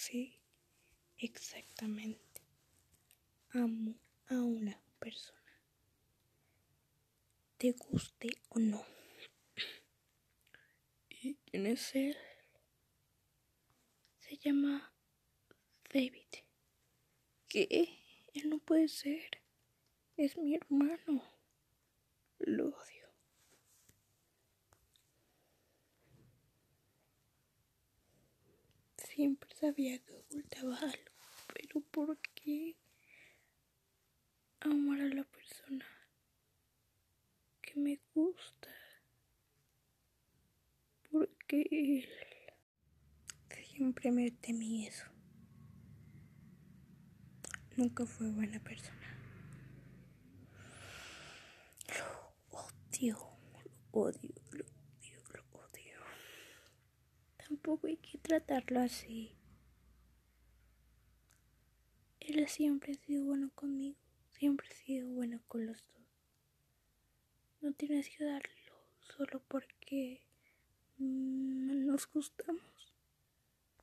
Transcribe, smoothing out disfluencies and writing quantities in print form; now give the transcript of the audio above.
Sí, exactamente. Amo a una persona, te guste o no. ¿Y quién es él? Se llama David. ¿Qué? Él no puede ser. Es mi hermano. Lo odio. Siempre sabía que ocultaba algo, pero ¿por qué amar a la persona que me gusta? Porque él siempre me temí eso. Nunca fue buena persona. Lo odio, lo odio, lo odio, lo odio. Tampoco hay que tratarlo así. Él siempre ha sido bueno conmigo, siempre ha sido bueno con los dos. No tienes que darlo solo porque nos gustamos.